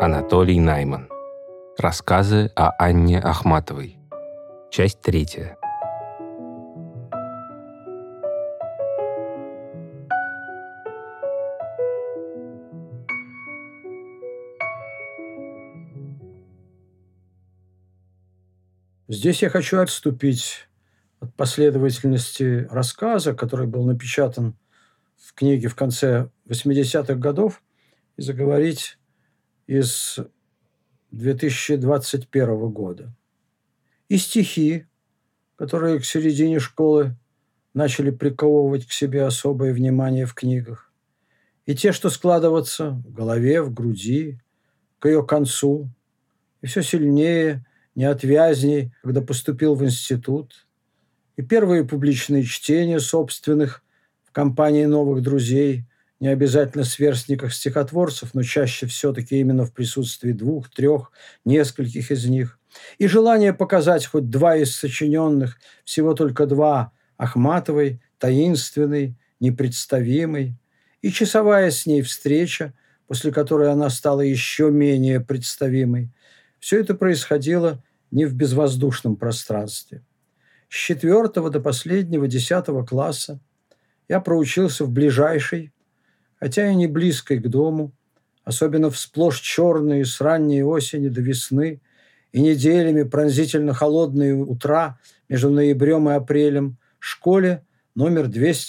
Анатолий Найман. Рассказы о Анне Ахматовой. Часть 3. Здесь я хочу отступить от последовательности рассказа, который был напечатан в книге в конце 80-х годов, и заговорить из 2021 года. И стихи, которые к середине школы начали приковывать к себе особое внимание в книгах, и те, что складываться в голове, в груди, к ее концу, и все сильнее, неотвязней, когда поступил в институт, и первые публичные чтения собственных в компании новых друзей, не обязательно сверстников стихотворцев, но чаще все-таки именно в присутствии 2, 3, нескольких из них, и желание показать хоть 2 из сочиненных, всего только 2, Ахматовой, таинственной, непредставимой, и часовая с ней встреча, после которой она стала еще менее представимой. Все это происходило не в безвоздушном пространстве. С 4 до последнего 10 класса я проучился в ближайшей, хотя и не близкой к дому, особенно в сплошь черные с ранней осени до весны и неделями пронзительно холодные утра между ноябрем и апрелем, школе номер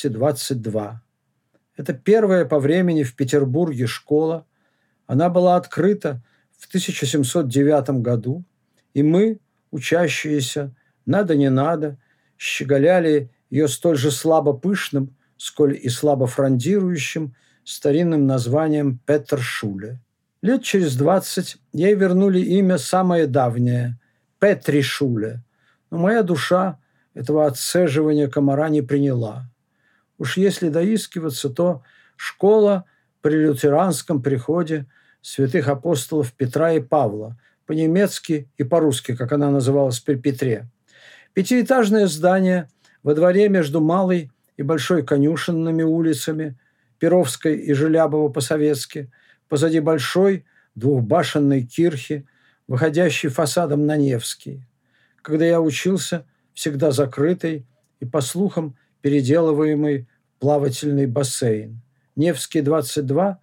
222. Это первая по времени в Петербурге школа. Она была открыта в 1709 году, и мы, учащиеся, надо не надо, щеголяли ее столь же слабо пышным, сколь и слабо фрондирующим старинным названием Петершуле. Лет через 20 ей вернули имя самое давнее – Петришуле, но моя душа этого отцеживания комара не приняла. Уж если доискиваться, то школа при лютеранском приходе святых апостолов Петра и Павла, по-немецки и по-русски, как она называлась при Петре. 5-этажное здание во дворе между Малой и Большой конюшенными улицами, Перовской и Желябова по-советски, позади большой двухбашенной кирхи, выходящей фасадом на Невский. Когда я учился, всегда закрытый и, по слухам, переделываемый плавательный бассейн. Невский 22,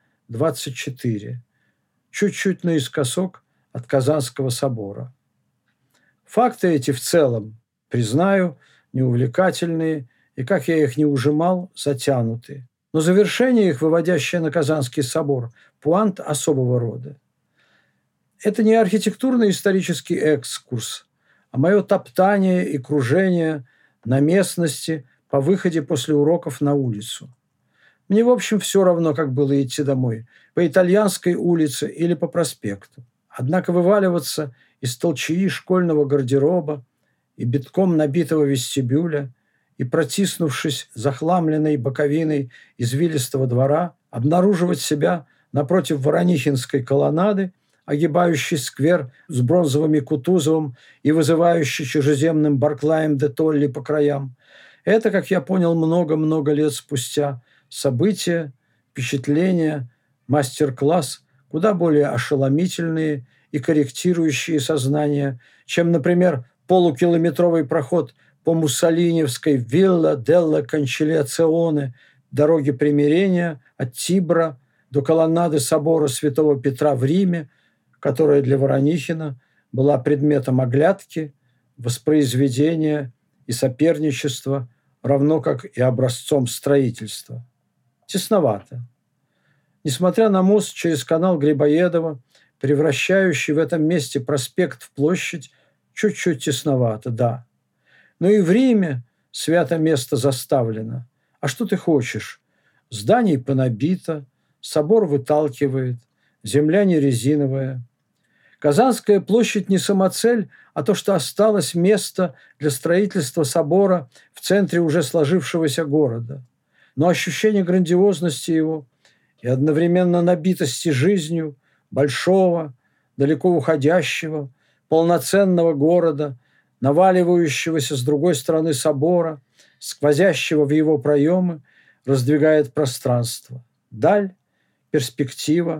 24. Чуть-чуть наискосок от Казанского собора. Факты эти в целом, признаю, неувлекательные, и, как я их не ужимал, затянуты. Но завершение их, выводящее на Казанский собор, пуант особого рода. Это не архитектурно-исторический экскурс, а мое топтание и кружение на местности по выходе после уроков на улицу. Мне, в общем, все равно, как было идти домой, по Итальянской улице или по проспекту. Однако вываливаться из толчаи школьного гардероба и битком набитого вестибюля и, протиснувшись захламленной боковиной извилистого двора, обнаруживать себя напротив Воронихинской колоннады, огибающей сквер с бронзовыми Кутузовым и вызывающей чужеземным Барклаем де Толли по краям. Это, как я понял много-много лет спустя, события, впечатления, мастер-класс куда более ошеломительные и корректирующие сознание, чем, например, полукилометровый проход по Муссолиневской Вилла делла Кончилиационе, дороге примирения от Тибра до колоннады собора Святого Петра в Риме, которая для Воронихина была предметом оглядки, воспроизведения и соперничества, равно как и образцом строительства. Тесновато. Несмотря на мост через канал Грибоедова, превращающий в этом месте проспект в площадь, чуть-чуть тесновато, да. Но и в Риме свято место заставлено. А что ты хочешь? Зданий понабито, собор выталкивает, земля не резиновая. Казанская площадь не самоцель, а то, что осталось место для строительства собора в центре уже сложившегося города. Но ощущение грандиозности его и одновременно набитости жизнью большого, далеко уходящего, полноценного города, наваливающегося с другой стороны собора, сквозящего в его проемы, раздвигает пространство. Даль, перспектива,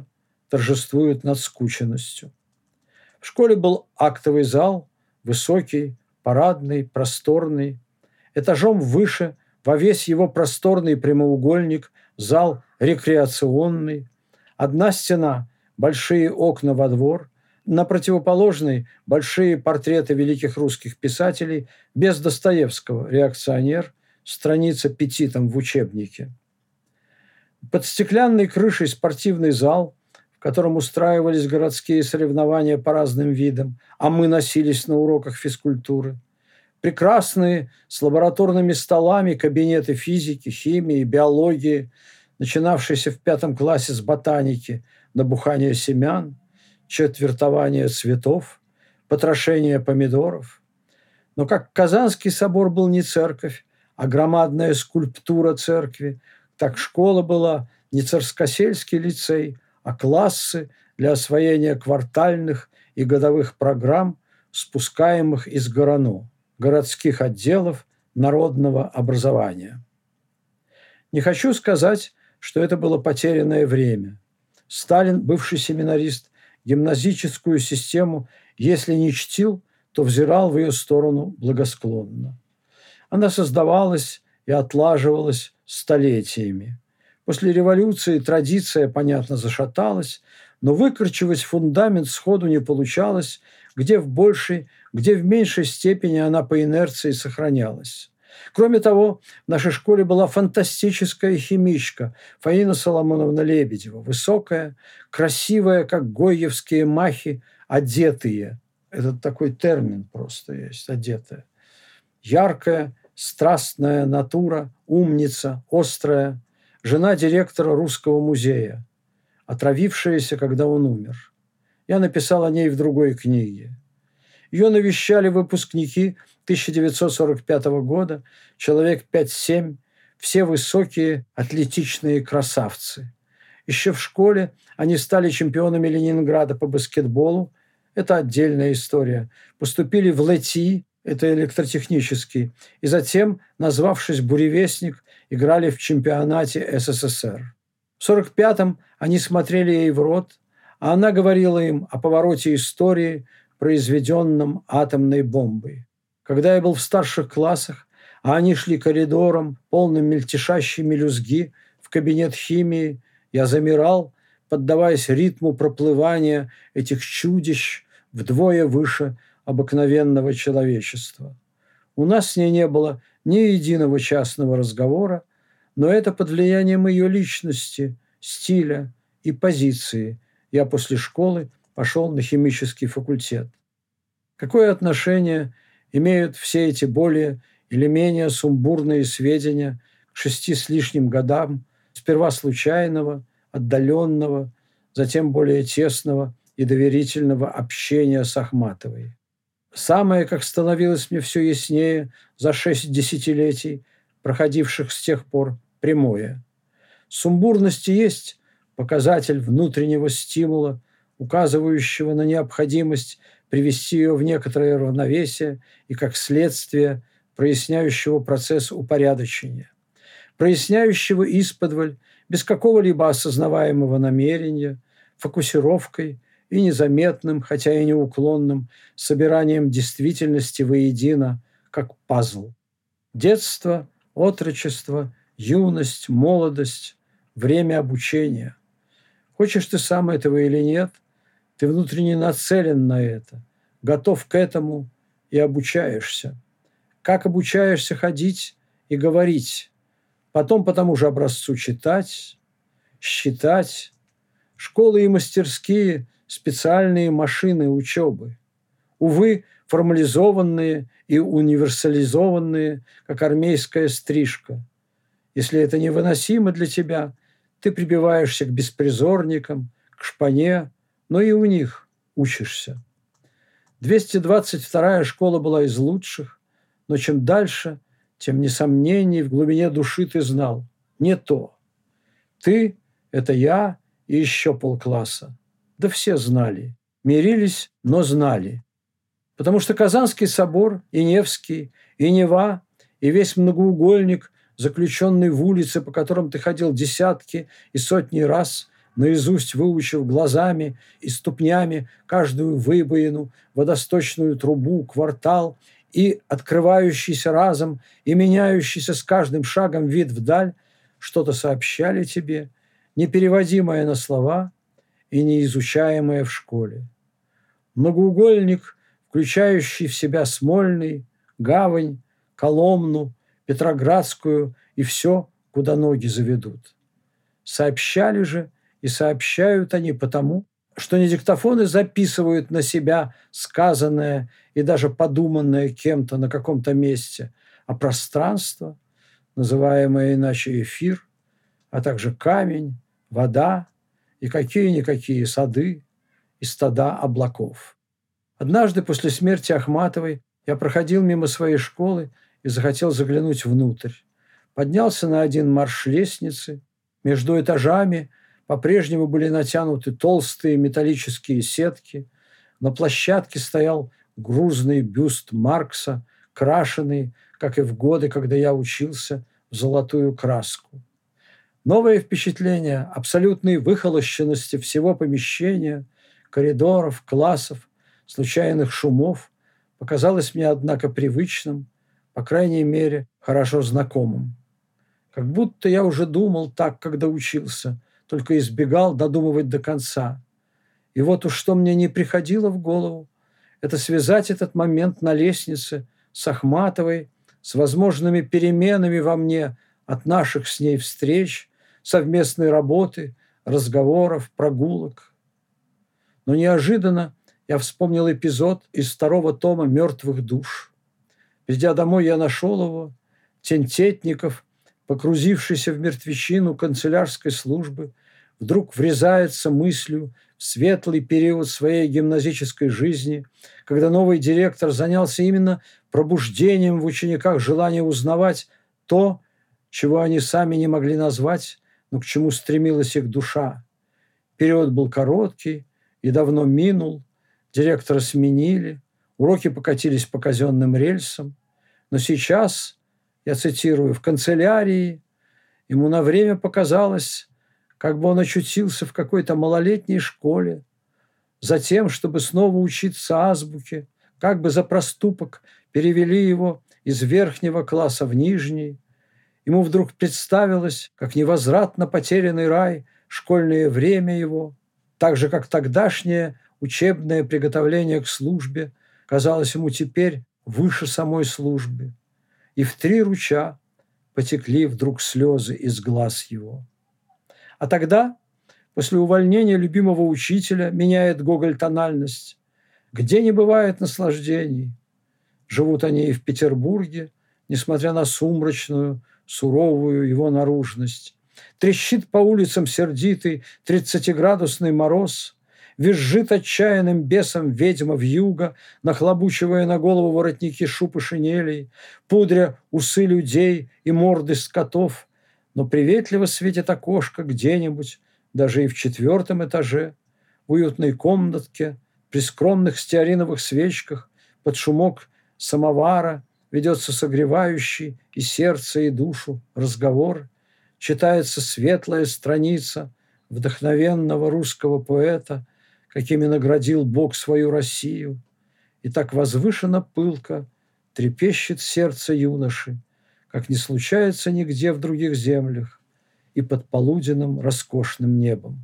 торжествует над скученностью. В школе был актовый зал, высокий, парадный, просторный. Этажом выше, во весь его просторный прямоугольник, зал рекреационный. Одна стена – большие окна во двор, на противоположной – большие портреты великих русских писателей, без Достоевского, реакционер, страница петитом в учебнике. Под стеклянной крышей спортивный зал, в котором устраивались городские соревнования по разным видам, а мы носились на уроках физкультуры. Прекрасные с лабораторными столами кабинеты физики, химии, биологии, начинавшиеся в 5 классе с ботаники, набухания семян, четвертования цветов, потрошения помидоров. Но как Казанский собор был не церковь, а громадная скульптура церкви, так школа была не Царскосельский лицей, а классы для освоения квартальных и годовых программ, спускаемых из ГОРАНО, городских отделов народного образования. Не хочу сказать, что это было потерянное время. Сталин, бывший семинарист, гимназическую систему, если не чтил, то взирал в ее сторону благосклонно. Она создавалась и отлаживалась столетиями. После революции традиция, понятно, зашаталась, но выкорчевать фундамент сходу не получалось, где в большей, где в меньшей степени она по инерции сохранялась. Кроме того, в нашей школе была фантастическая химичка Фаина Соломоновна Лебедева, высокая, красивая, как гойевские махи, одетые. Это такой термин просто есть, одетая. Яркая, страстная натура, умница, острая, жена директора Русского музея, отравившаяся, когда он умер. Я написал о ней в другой книге. Ее навещали выпускники 1945 года, человек 5-7, все высокие, атлетичные красавцы. Еще в школе они стали чемпионами Ленинграда по баскетболу. Это отдельная история. Поступили в ЛЭТИ, это электротехнический, и затем, назвавшись «Буревестник», играли в чемпионате СССР. В 1945-м они смотрели ей в рот, а она говорила им о повороте истории, произведенном атомной бомбой. Когда я был в старших классах, а они шли коридором, полным мельтешащей мелюзги, в кабинет химии, я замирал, поддаваясь ритму проплывания этих чудищ вдвое выше обыкновенного человечества. У нас с ней не было ни единого частного разговора, но это под влиянием ее личности, стиля и позиции. Я после школы пошел на химический факультет. Какое отношение имеют все эти более или менее сумбурные сведения к 6 с лишним годам сперва случайного, отдаленного, затем более тесного и доверительного общения с Ахматовой? Самое, как становилось мне все яснее за 6 десятилетий, проходивших с тех пор, прямое. Сумбурность есть показатель внутреннего стимула, указывающего на необходимость привести ее в некоторое равновесие и, как следствие, проясняющего процесс упорядочения, проясняющего исподволь, без какого-либо осознаваемого намерения, фокусировкой и незаметным, хотя и неуклонным, собиранием действительности воедино, как пазл. Детство, отрочество, юность, молодость, время обучения. Хочешь ты сам этого или нет, ты внутренне нацелен на это, готов к этому и обучаешься. Как обучаешься ходить и говорить, потом по тому же образцу читать, считать. Школы и мастерские – специальные машины учебы. Увы, формализованные и универсализованные, как армейская стрижка. Если это невыносимо для тебя, ты прибиваешься к беспризорникам, к шпане, но и у них учишься. 222-я школа была из лучших, но чем дальше, тем несомнений в глубине души ты знал – не то. Ты – это я и еще полкласса. Да все знали. Мирились, но знали. Потому что Казанский собор, и Невский, и Нева, и весь многоугольник, заключенный в улице, по которым ты ходил десятки и сотни раз, наизусть выучив глазами и ступнями каждую выбоину, водосточную трубу, квартал и открывающийся разом и меняющийся с каждым шагом вид вдаль, что-то сообщали тебе, непереводимое на слова и неизучаемое в школе. Многоугольник, включающий в себя Смольный, Гавань, Коломну, Петроградскую и все, куда ноги заведут. Сообщали же и сообщают они потому, что не диктофоны записывают на себя сказанное и даже подуманное кем-то на каком-то месте, а пространство, называемое иначе эфир, а также камень, вода и какие-никакие сады и стада облаков. Однажды после смерти Ахматовой я проходил мимо своей школы и захотел заглянуть внутрь. Поднялся на один марш лестницы. Между этажами по-прежнему были натянуты толстые металлические сетки. На площадке стоял грузный бюст Маркса, крашеный, как и в годы, когда я учился, в золотую краску. Новое впечатление абсолютной выхолощенности всего помещения, коридоров, классов, случайных шумов показалось мне, однако, привычным, по крайней мере, хорошо знакомым. Как будто я уже думал так, когда учился, только избегал додумывать до конца. И вот уж что мне не приходило в голову, это связать этот момент на лестнице с Ахматовой, с возможными переменами во мне от наших с ней встреч, совместной работы, разговоров, прогулок. Но неожиданно я вспомнил эпизод из 2 тома «Мертвых душ». Придя домой, я нашел его, Тентетников, погрузившийся в мертвечину канцелярской службы, вдруг врезается мыслью в светлый период своей гимназической жизни, когда новый директор занялся именно пробуждением в учениках желания узнавать то, чего они сами не могли назвать, но к чему стремилась их душа. Период был короткий и давно минул, директора сменили, уроки покатились по казенным рельсам, но сейчас, я цитирую, в канцелярии ему на время показалось, как бы он очутился в какой-то малолетней школе, затем, чтобы снова учиться азбуке, как бы за проступок перевели его из верхнего класса в нижний. Ему вдруг представилось, как невозвратно потерянный рай, школьное время его, так же, как тогдашнее учебное приготовление к службе казалось ему теперь выше самой службы. И в 3 ручья потекли вдруг слезы из глаз его. А тогда, после увольнения любимого учителя, меняет Гоголь тональность. Где не бывает наслаждений. Живут они и в Петербурге, несмотря на сумрачную, суровую его наружность. Трещит по улицам сердитый 30-градусный мороз, визжит отчаянным бесом ведьма вьюга, нахлобучивая на голову воротники шуб и шинелей, пудря усы людей и морды скотов, но приветливо светит окошко где-нибудь, даже и в 4 этаже, в уютной комнатке, при скромных стеариновых свечках, под шумок самовара ведется согревающий и сердце, и душу разговор, читается светлая страница вдохновенного русского поэта, какими наградил Бог свою Россию, и так возвышенно пылко трепещет сердце юноши, как не случается нигде в других землях и под полуденным роскошным небом.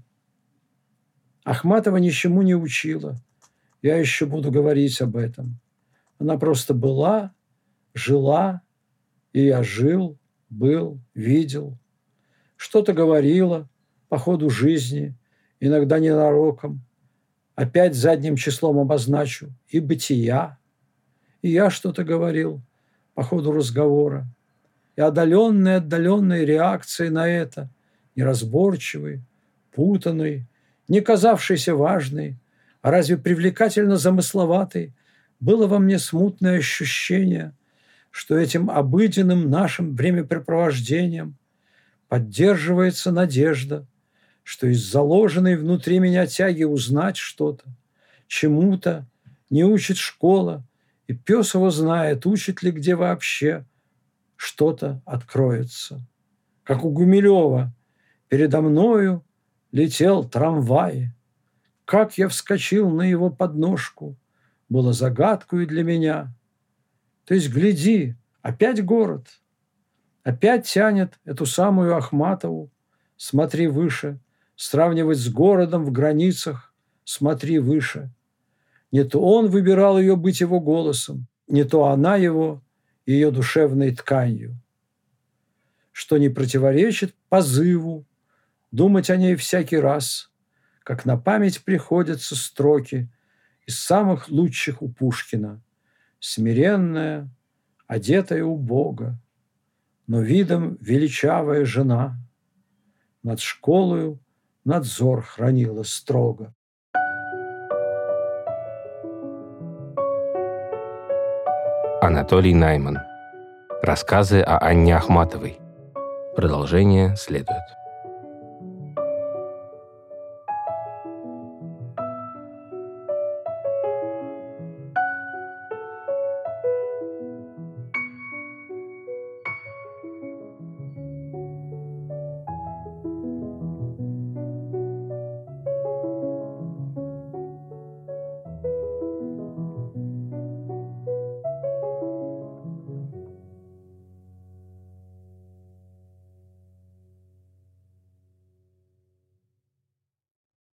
Ахматова ничему не учила, я еще буду говорить об этом. Она просто была, жила, и я жил, был, видел. Что-то говорила по ходу жизни, иногда ненароком, опять задним числом обозначу, и бытия. И я что-то говорил по ходу разговора. И отдаленные реакции на это, неразборчивые, путанные, не казавшиеся важной, а разве привлекательно замысловатой, было во мне смутное ощущение, что этим обыденным нашим времяпрепровождением поддерживается надежда, что из заложенной внутри меня тяги узнать что-то, чему-то не учит школа, и пес его знает, учит ли где вообще, что-то откроется. Как у Гумилева: передо мною летел трамвай. Как я вскочил на его подножку, было загадкой для меня. То есть, гляди, опять город, опять тянет эту самую Ахматову. Смотри выше, сравнивать с городом в границах, смотри выше. Не то он выбирал ее быть его голосом, не то она его, ее душевной тканью, что не противоречит позыву думать о ней всякий раз, как на память приходятся строки из самых лучших у Пушкина. Смиренная, одетая убого, но видом величавая жена над школою надзор хранила строго. Анатолий Найман. Рассказы о Анне Ахматовой. Продолжение следует.